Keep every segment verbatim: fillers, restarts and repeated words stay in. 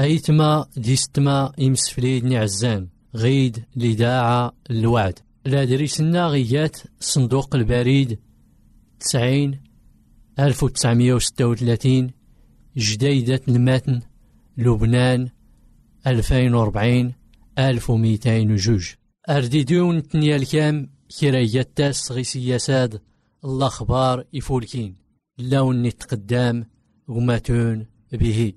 غيتما ديستما يمسفليد نعزان غيد لداعة الوعد لا دريسنا غيات صندوق البريد تسعين ألف وتسعمية وستة وثلاثين جديدة المتن لبنان ألفين وربعين ألف ومئتين وجوج أرديدون تنيا الكام كرايات تاس غي سياساد الأخبار يفولكين لون نتقدام وماتون به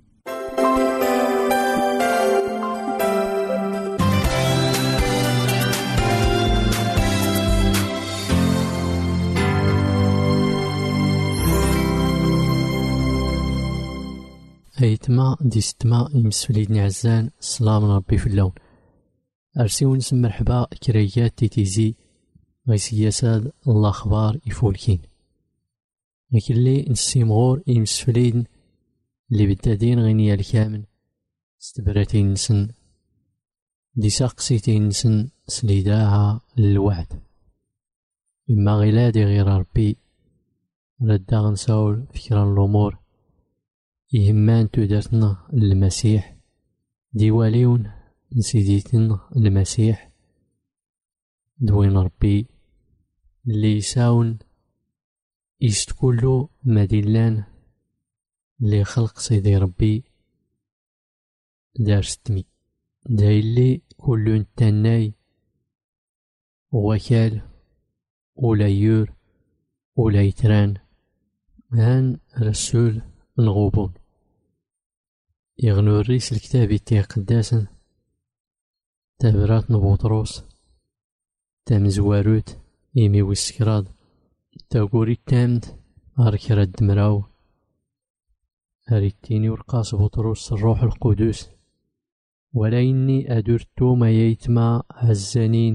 أيتما ديستما يمسفليدني عزان السلام ربي في اللون أرسيون نسم مرحبا كريات تيتيزي غي سياساد الأخبار يفولكين لكن لي نسيمغور يمسفليدن اللي بالتادين غينيا الكامل استبراتين نسن دي ساقسيتين نسن سليداها للوعد إما غيلادي غير ربي ردا غنساول فكرا الأمور يهمان تودرتنا المسيح ديواليون نسيديتنا المسيح دوين ربي اللي يساون يستكلو مدلان اللي خلق سيدي ربي دار ستمي دايلي كل تناي وكال ولا يور ولا يتران هان رسول نغوبون يغنو الريس الكتابي تي قداسا تابرات نبوطروس تامزواروت يمي ويسكراد تاقوري تامد أركرا الدمراو أريتيني ورقاس بطروس الروح القدس ولا إني أدرتو ما ييتما هزانين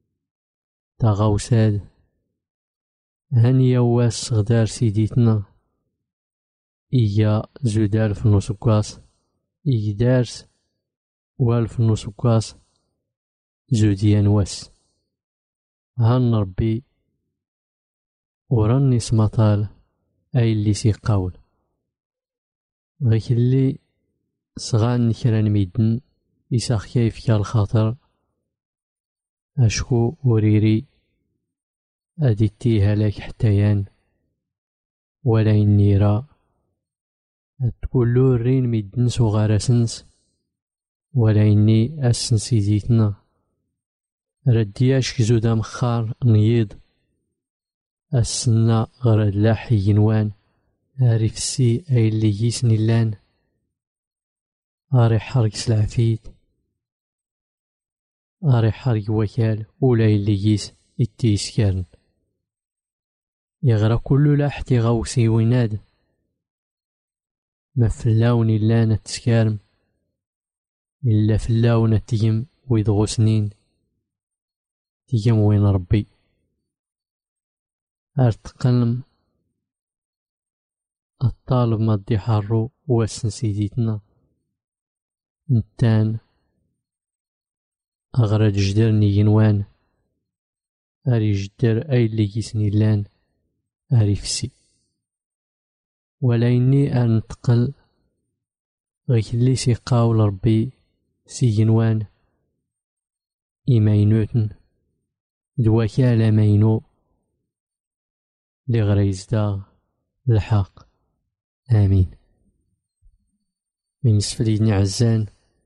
تغوساد هاني واس غدار سيديتنا إيا زودار في النسكاس إيدارس والف النسكاس زوديان واس هان ربي وراني سمطال أي اللي سيقاول غيك اللي صغان نكران ميدن يساخ كيف كالخاطر أشكو وريري أديتيها لك حتيان ولا النيرا أتقولو الرين ميدن صغار سنس ولا إني أسنسي زيتنا ردياش كزودا مخار نيض السنة غرد لاحي ينوان عارف السي أي اللي يسني اللان أري حرق سلعفيت أري حرق وكال ولا اللي يس التيسكارن يغرى كل لاحتي غوسي ويناد ما فلاون إلا نتسكارم إلا فلاون تيم ويضغو سنين تيم وين ربي أرتقلم الطالب مادي حارو واسن سيديتنا نتان أغرد جدرني ينوان أري جدر أي اللي يسني لان أري فسي ولا إني أنتقل غيك اللي سيقاول ربي سينوان إيماينوتن دواكالا ماينو لغريز داغ الحق آمين. من سفليدني عزان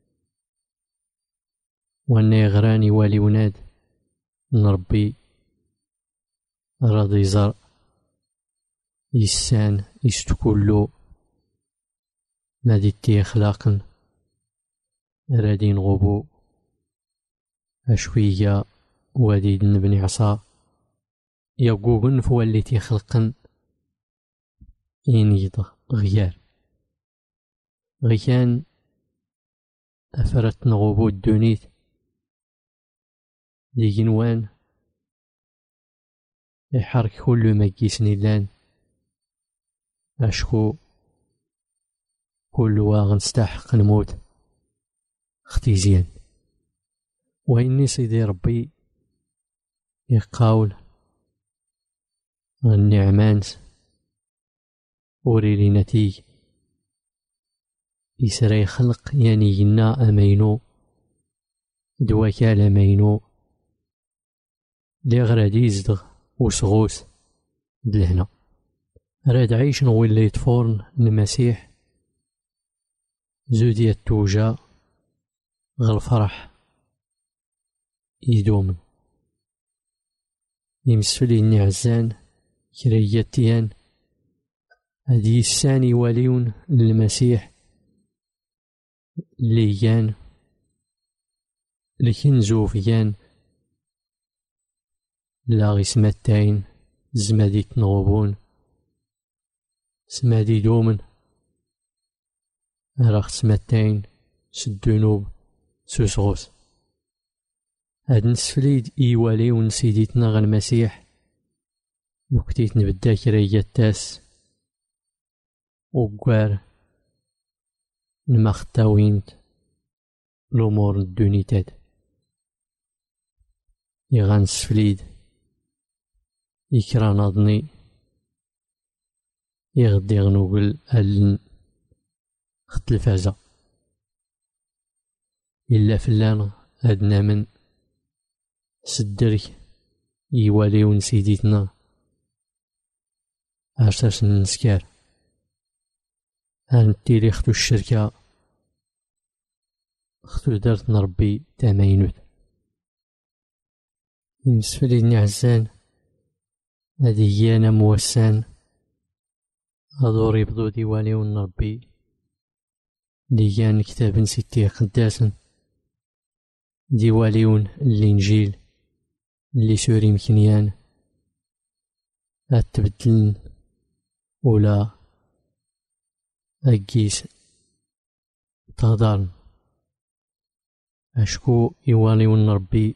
وانا يغراني والي وناد نربي راضي زر يسان يستكلو ماديتي اخلاقا رادين غبو أشوية وديد نبني عصا يقوغن فواليتي خلقا إنيض غيار غيان أفرت نغبو الدونيت دي جنوان يحرك كل ما كيسني لان أشكو كل واغن استحق نموت اختيزيان وإني سيدي ربي يقاول النعمانس وريلي نتيج يسرى يخلق يعني ينا أمينو دواكال أمينو لي غرادي يزدغ وسغوس دلهنا راد عيش نولي يتفورن المسيح زودية التوجا غا الفرح يدومن يمسفلي النعزان كرياتيان هادي الساني واليون للمسيح ليان لكن زوفيان لا غي سماتين زمادي تنغبون سمادي دومن راخ سماتين سدونوب سوسغوس هاد نسفليد إيوالي ونسيديتنا غا المسيح نكتيت نبدا كريا تاس وقوار نمختاوينت الأمور الدونيتات يغان سفليد يكرا ناضني يغدي غنوغل ألن خت الفازة إلا فلان أدنا من سدرك يوالي ونسيديتنا عرساس نسكار هانتيلي خطو الشركة خطو دارت نربي تماينوت يمسفلي نعزان هادي هي أنا موسان هادو يبدو ديوالي ونربي ديان كتاب ستي قداسن ديواليون الإنجيل اللي سوري مكنيان هتبدلن ولا أجيس تهضرن أشكو يواليون ربي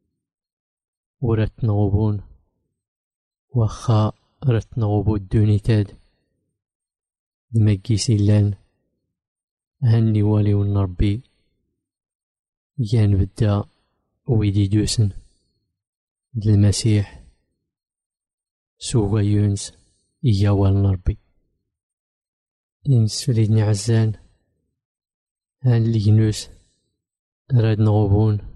ورات نغوبون وخا رات نغوبو الدونيتاد دمجيس إلان هاني واليون ربي يان بدا ويدي دوسن د المسيح سوغا يونس إياوال ربي ينسفلي نعزان هان لينوس راد نغوبون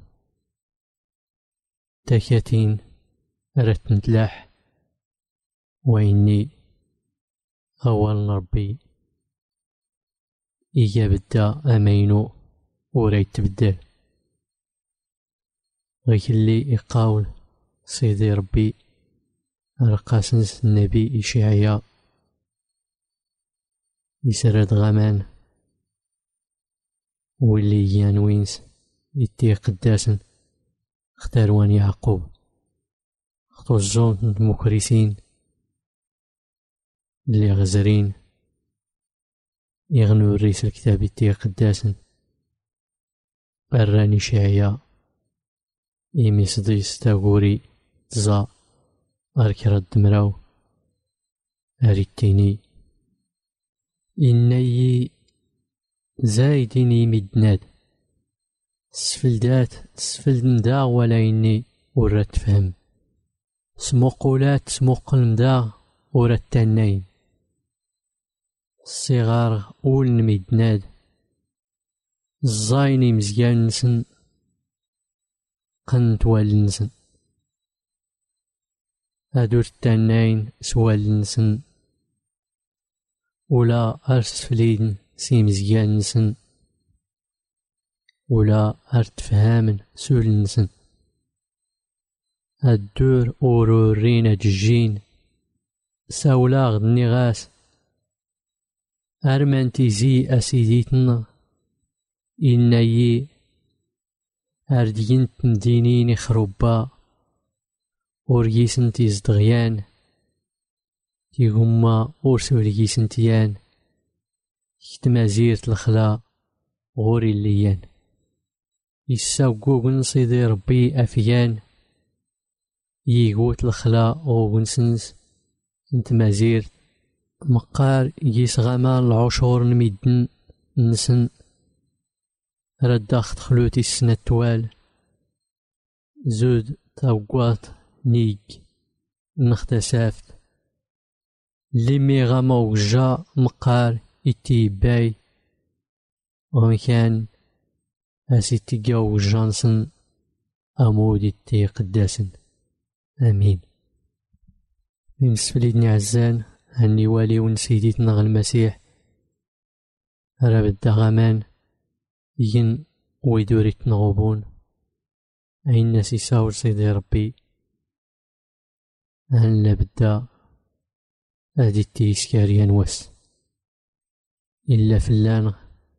تكاتين راد نتلاح وإني أوال ربي إيا بدا أمينو وريد تبدل غيك اللي يقاول سيدي ربي رقاسنس النبي إشعيا يسرد غمان واللي يانوينس يتي قداسن اختاروان يعقوب خطو الزون المكرسين اللي غزرين يغنو الرئيس الكتاب يتي قداسن الراني شعيا يميس ديس تاغوري تزا أركرا الدمراو أريتيني إني زايديني مدناد سفلدات سفلدن دا ولا إني ورات فهم سموقولات سموقلن دا ورات تانين الصغار أول نمدناد الزايني مزيان نسن قنت والنسن هادو التانين سوال نسن ولا أرسفلين سي مزيان نسن ولا أرتفهامن سول نسن الدور أورورين ججين ساولا غدني غاس أرمانتي زي أسيديتنا إنايي أردين تندينيني خروبا أورجيسن تيزدغيان تيهما أورسورجيسن تيان كتمازيرت الخلا غوري الليان يساوقوغن صيدي ربي أفيان ييغوت الخلا أوغنسنس انت مازيرت مقار يسغما العشور نميدن نسن رداخت خلوتي السنة توال زود توقوات نيك نختسافت لمي غاما وجا مقار اتي باي ومكان أسيتي جو جانسون أمودي تي قداسن آمين. نسفليدني عزان هني والي ونسيديتنا المسيح راه بدا غامان ين ويدوريت نغوبون أين ناس يساور سيدي ربي هلا بدا هادي تيسكاريا نواس إلا فلان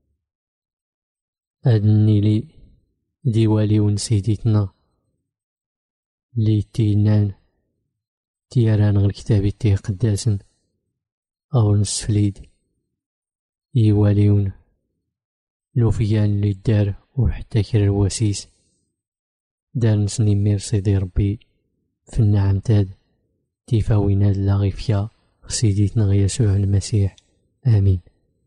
أدني لي ديوالي ونسيديتنا لي تينان تيران غير كتابي تي قداسن أو نسفليد يواليون لوفيان لي دار وحتى كر الواسيس دار نسني مير سيدي ربي في النعم تاد تيفاوينا لاغيفيا سيديتنا يسوع المسيح آمين.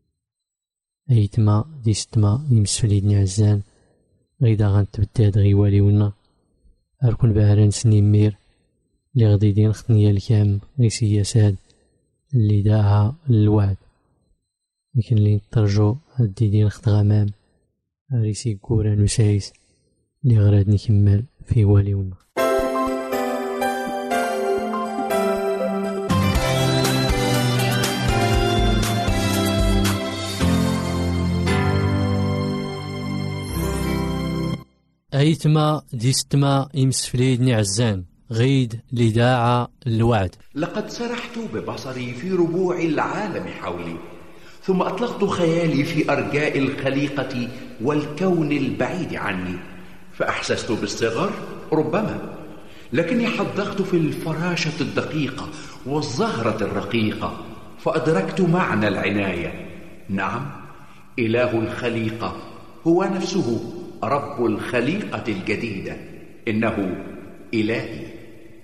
أيتما دي ستما يمسفليدني عزان غيدا غنتبداد غيواليونا أركن بهران سني مير لي غدي دين خطنيا الكام غي سياسات اللي داعها الوعد لكن اللي نترجو هادي دين خط غمام ريسي كوران وسايس اللي غراد نكمل في واليونا. أيتما ديستما يمسفليدني عزان غيد لداعة الوعد. لقد سرحت ببصري في ربوع العالم حولي، ثم أطلقت خيالي في أرجاء الخليقة والكون البعيد عني، فأحسست بالصغر ربما، لكني حدقت في الفراشة الدقيقة والزهرة الرقيقة، فأدركت معنى العناية. نعم، إله الخليقة هو نفسه رب الخليقة الجديدة، إنه إلهي.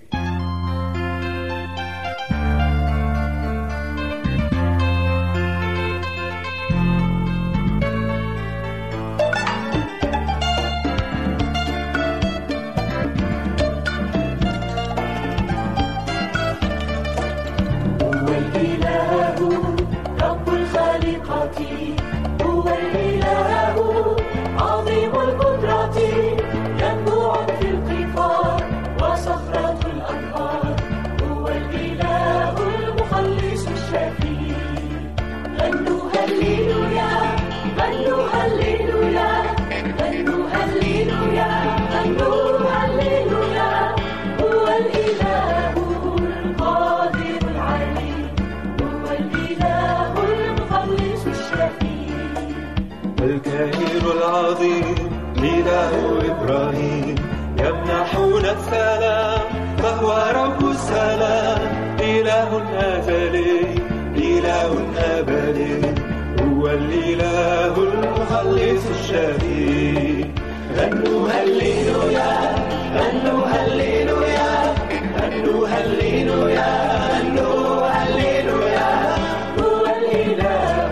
الكاهن العظيم إله إبراهيم يمنحنا السلام، فهو رب السلام، إله أزلي إله أبدي، هو الإله المخلص الشفيع. غنوا هللويا غنوا هللويا غنوا هللويا غنوا هللويا، هو الإله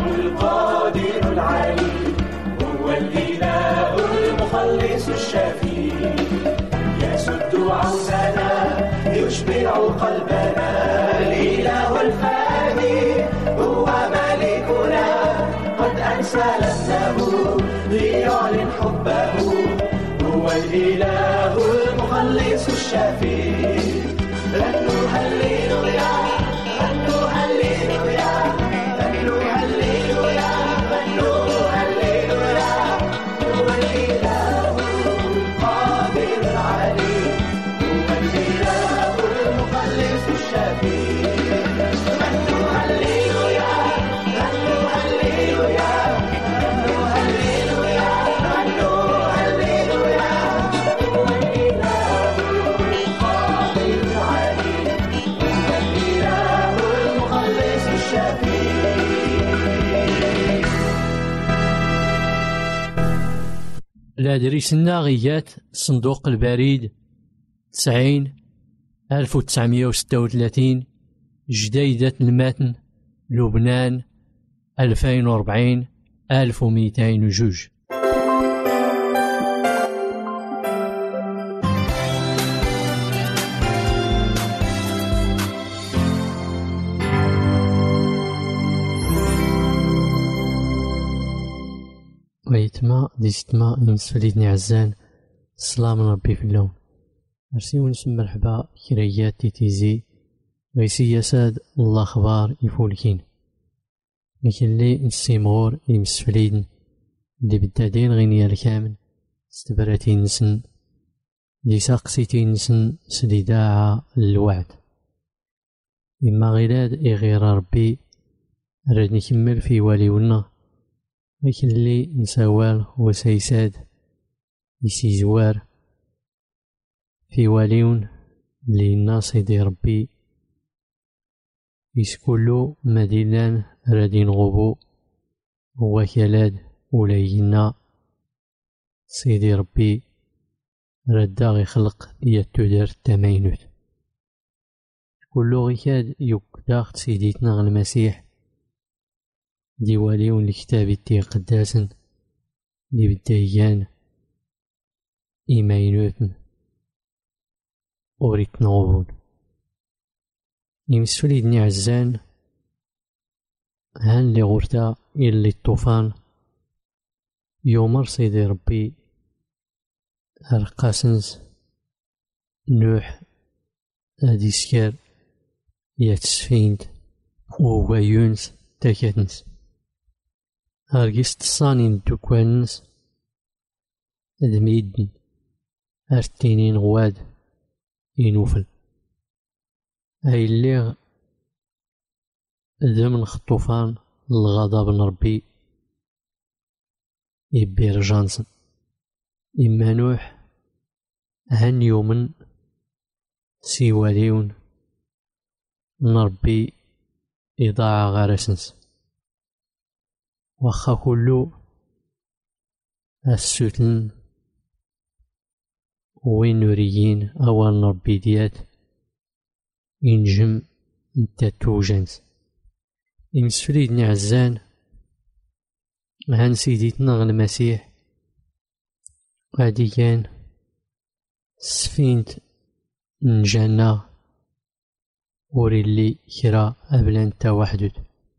القادر العلي، هو الإله المخلص الشفيع. يسد عوزنا يشبع قلبنا، الإله الفادي هو ملكنا، قد أرسل ابنه ليعلن حبه، هو الإله المخلص الشفيع. غنوا هللويا غنوا هللويا غنوا هللويا غنوا هللويا، هو الإله القادر العلي، هو الإله المخلص الشفيع. غنوا هللويا غنوا هللويا غنوا هللويا غنوا هللويا، هو الإله القادر العلي، هو الإله المخلص الشفيع. لادريسنا غيات صندوق البريد تسعين ألف وتسعمية وستة وثلاثين جديدة المتن لبنان ألفين وأربعين ألف ومئتين وجوج. تما دي ستما يمسفليدني عزان السلام من ربي في اللون. مرسي ونسم مرحبا كريات تيتيزي غيسي يساد الله خبار يفولكين لكن لي نسيمغور يمسفليدن اللي بدادين غينيا الكامل استبراتين نسن دي ساقسيتين نسن سليداعة الوعد إما غيلاد إغير ربي راد نكمل في واليونا لكن لي نسوال وسيساد يسي زوار في واليون لي الناس يدي ربي يسكولو مدينان رادين غبو هو كالاد ولاينا سيدي ربي ردا غيخلق يتودر التماينوت كلو غيكاد يكداخت سيديتنا المسيح ديواليون لكتاب تي قداسن دي بدايان إيماينوتن أوريت نغبون يمسوليدني عزان هان لي غورتا إلي الطوفان يومر سيدي ربي القاسنز نوح هادي سكار ياتسفيند وهو يونس تاكاتنس هارقيس تصاني ندوكوانس دميدن هارتينين غواد ينوفل هاي اللي ذمن خطوفان الغضب نربي يبير جانسن إما نوح هن يومن سيواليون نربي إضاعة غارسنس وخا كلو السوتن وين نوريين أوان نربي ديات إنجم نتا توجنس إمسفريدني عزان هان سيديتنا المسيح غادي كان سفينت نجانا وريلي كرا أبلا نتا وحدود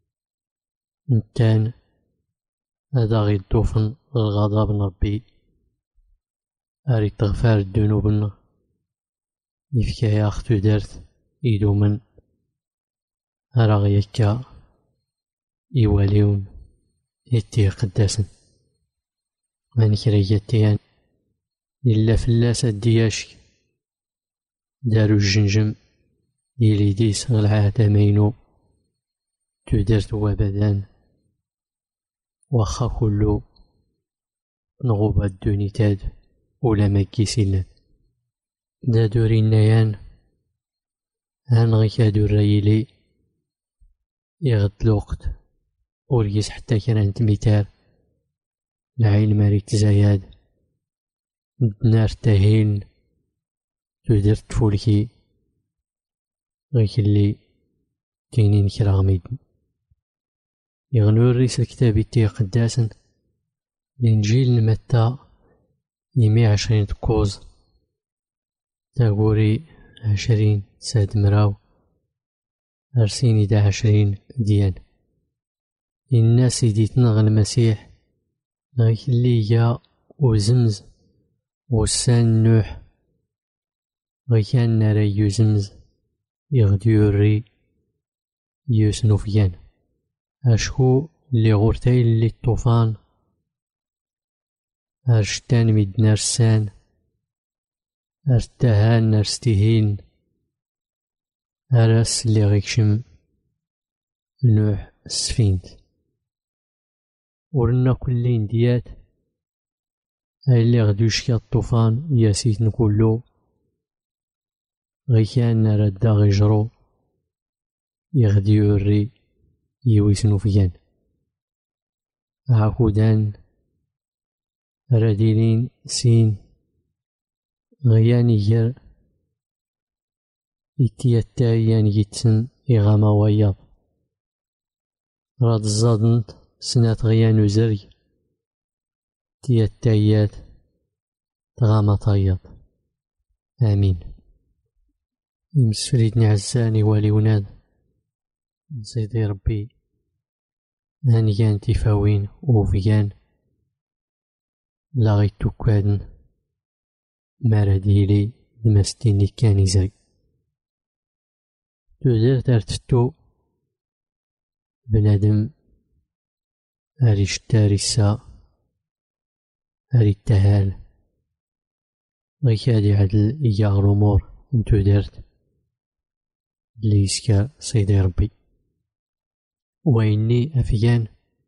نتان هذا غي الدوفن الغضب نربي أري تغفار الذنوبنا يفكايا أختو دارت إيدو من أرا غيكا إيواليون يتي قداسن من كرياتيان إلا فلاسة دياشك دارو الجنجم يلي ديس غالعادة مينو تودرت وابدان وخا كلو نغوبا الدونيتاد ولا مكيسيلان دا دوري النيان هان غيكادو الريلي يغد الوقت ورقيس حتى كان تميتار العين ماري تزاياد النار تهين تودرت تفولكي غيك اللي كاينين كرا غميد يغنو الريس الكتابي تي قداسن الإنجيل متى يمي عشرين تكوز تاقوري عشرين ساد مراو أرسيني دا عشرين ديان الناس يديتنا المسيح غيك اللي جا وزمز وسان نوح غيكان ناري يزمز يغديو الري يوسنو فيان أشكو اللي غورتاي اللي الطوفان أرشتان ميد نرسان أرتهان نرستهين أرس اللي غيكشم نوح السفينت ورنا كلين ديات هاي اللي غدوشكا الطوفان ياسيت نكولو غيكان ردا غيجرو يغديو الري يويسنو فيان عاكودان راديلين سين غياني جر إتياتايان يتسن إغاما وياض راد الزادنت سنات غيانو زري تياتايات تغاما طياض آمين. يمسفريدني عزاني والي وناد سيدي ربي هانيان تفاوين وفيان لا غيتو كادن مارديلي دمستيني كان يزري تودير ترتفتو بنادم أريش تاريسا أري التهال غيكادي عدل إيا غرمور انتو دارت اللي يسكا سيدي ربي وإني أفيان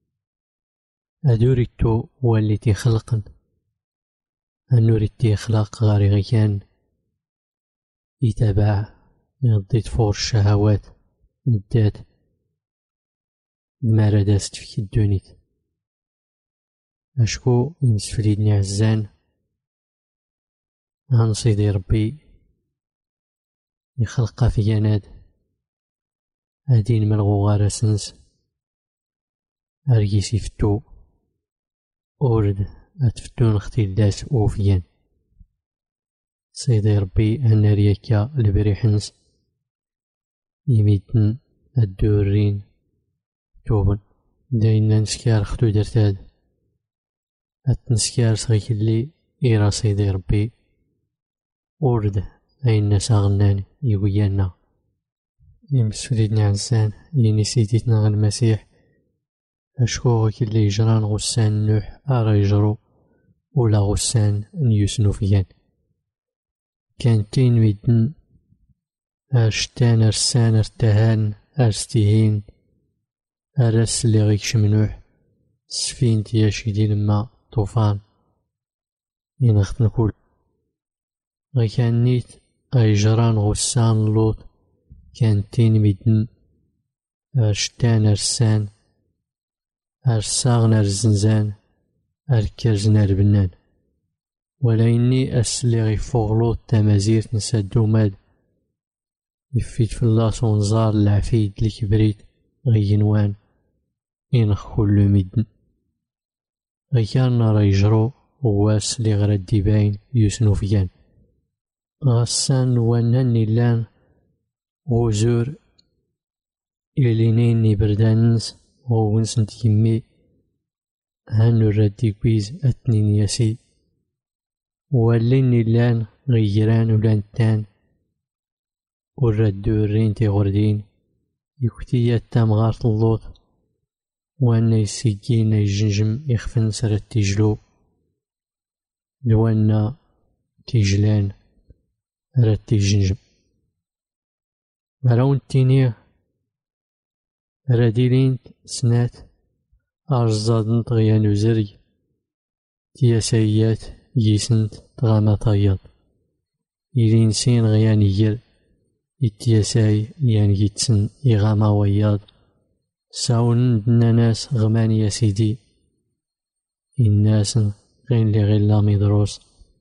أدوريتو والتي خلقن أنوريتي خلق غاري غيان يتابع يضيت فور الشهوات ندات دمارا داست في الدونيت أشكو يمسفليدني عزان هان سيدي ربي يخلق في يناد هادين ملغو غارة سنس أريسي فتو أورد أتفتون اختي داس أوفيان سيدي ربي أنا ريكا البريحنس يميتن الدورين توبن داينا نسكار ختو درتاد أتنسكار صغيك اللي إيرا سيدي ربي أورد أين ساغناني يويانا يمسوليدنا عزان يني سيديتنا المسيح أشكوغك اللي يجران غسان نوح أرى يجرو ولا غسان نيوسنو فيان كان تين ميدن أرشتان أرسان أرتهان أرستيهين أرس اللي غيكش منوح سفين تياشي دي لما طوفان ينخت نقول غيكان نيت أيجران غسان لوط كان تين ميدن أرشتان أرسان أرساغن أرزنزان أركرزن أربنان ولا إني أسلي غيفوغلوط تمازير نسادو ماد يفيد في اللاص ونزار العفيد لي كبريت غينوان إنخ كل مدن غيكان راه يجرو واس لي غرا الديباين يسنو فيان غسان وانان نيلان غوزور إلينين بردانس وونسنت يمي هانو ردي كويز أتنين ياسي واللين نيلان غيران ولانتان وردو الرين تيغردين يكتيا تامغارت اللوط وانا يسيجين يجنجم يخفن سرت تيجلو لوانا تيجلان رد تيجنجم مراون تينيه راديلين سنات أرزادن طغيان وزري تياسيات يسنت تغاما طياد إلين سين غيان يجر يتياساي يان يتسن يغاما وياض ساون دنا ناس غمان يا سيدي الناس غين لي غير لا ميدروس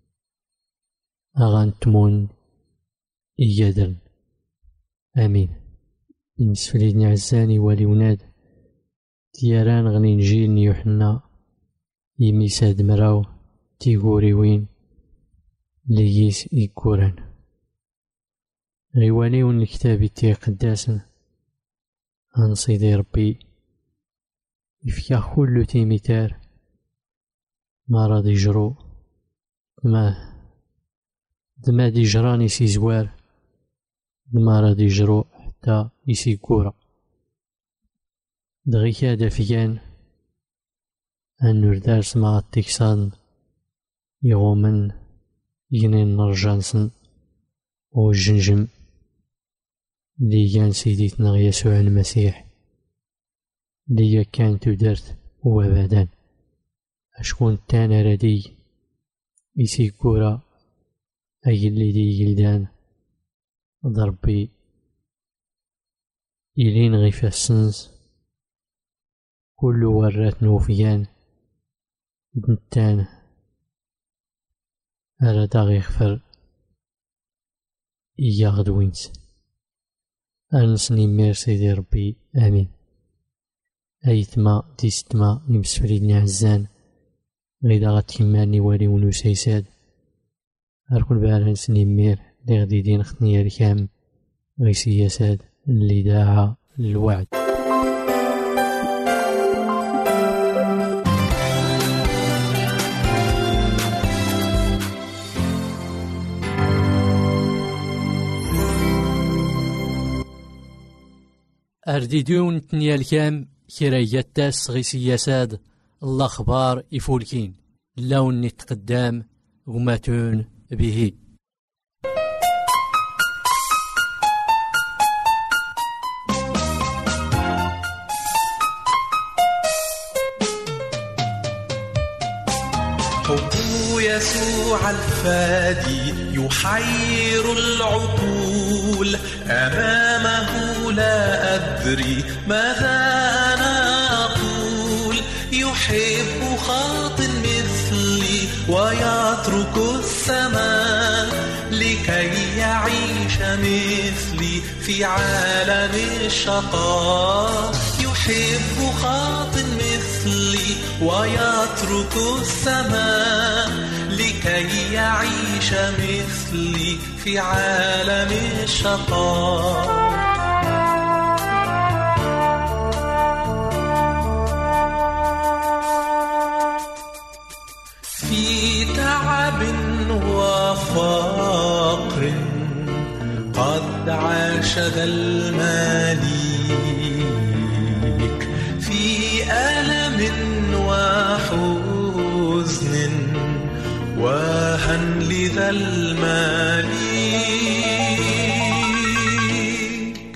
أغان تمون إيادرن آمين يمسفليدني عزاني والي وناد تياران غني نجيل يوحنا يميساد مراو تيغوري وين ليس إيكوران غيواليون الكتاب تي قداسن عن سيدي ربي يفيا كل تيميتار ما راضي يجرو ما دما دي جراني سي زوار دما راضي يجرو حتى يسي كورا دغي كادا فيان أن نردار سما التكسان يغومن ينين نرجانسن والجنجم لي سيديتنا يسوع المسيح لي كان تدرت وابدا أشكون تانا ردي يسي كورا أي اللي دي جلدان ضربي إلين غيفا السنس كل ورات نوفيان بنتان أرادا غيغفر إيا غدوينس أنسني مير سيدي ربي آمين أيتما ديستما يمسفريدني عزان غيدا غتكماني والي ونوسيساد أركن بارنسني مير لي غدي دين ختني الكام غيسياساد اللي داعا للوعد. أرديدون تنيا الكام كرايات تاس غي سياساد الأخبار إفولكين اللون نتقدام وماتون به. حب يسوع الفادي يحير العقول، أمامه لا أدري ماذا أنا أقول. يحب خاطئ مثلي ويترك السماء لكي يعيش مثلي في عالم الشقاء. يحب خاطئ مثلي ويترك السماء لكي يعيش مثلي في عالم الشقاء. في تعب وفقر قد عاش ذا المليك، في ألم وحزن وهن لذا المليك.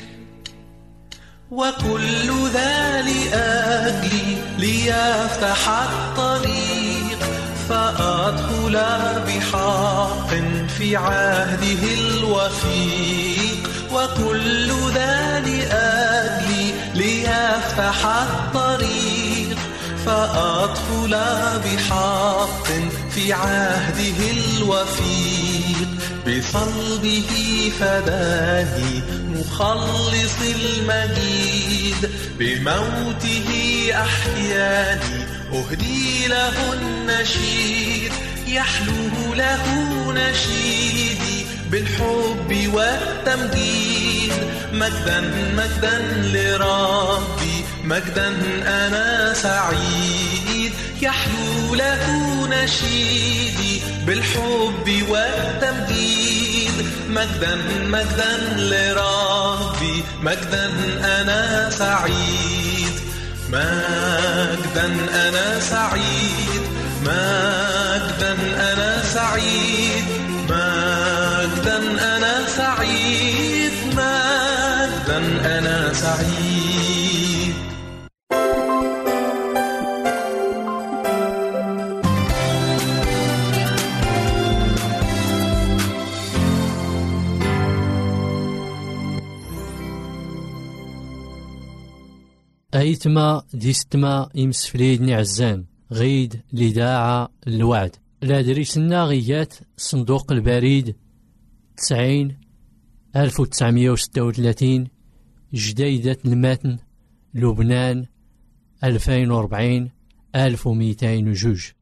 وكل ذا لأجلي ليفتح الطريق، فأدخل بحق في عهده الوثيق. وكل ذا لأجلي ليفتح الطريق، فأدخل بحق في عهده الوثيق. بصلبه فداني مخلص المجيد، بموته أحياني أهدي له النشيد. يحلو له نشيدي بالحب والتمجيد، مجدا مجدا لربي مجدا أنا سعيد. يحلو له نشيدي بالحب والتمجيد، مجدا مجدا لربي مجدا أنا سعيد. مجدا أنا سعيد، مجدا أنا سعيد، مجدا أنا سعيد، مجدا أنا سعيد. أيتما ديستما إمسفليدني عزان غيد لداعة الوعد. لا دريسنا غيات صندوق البريد تسعين ألف وتسعمية وستة وثلاثين جديدة المتن لبنان ألفين وأربعين ألف ومئتين وجوج.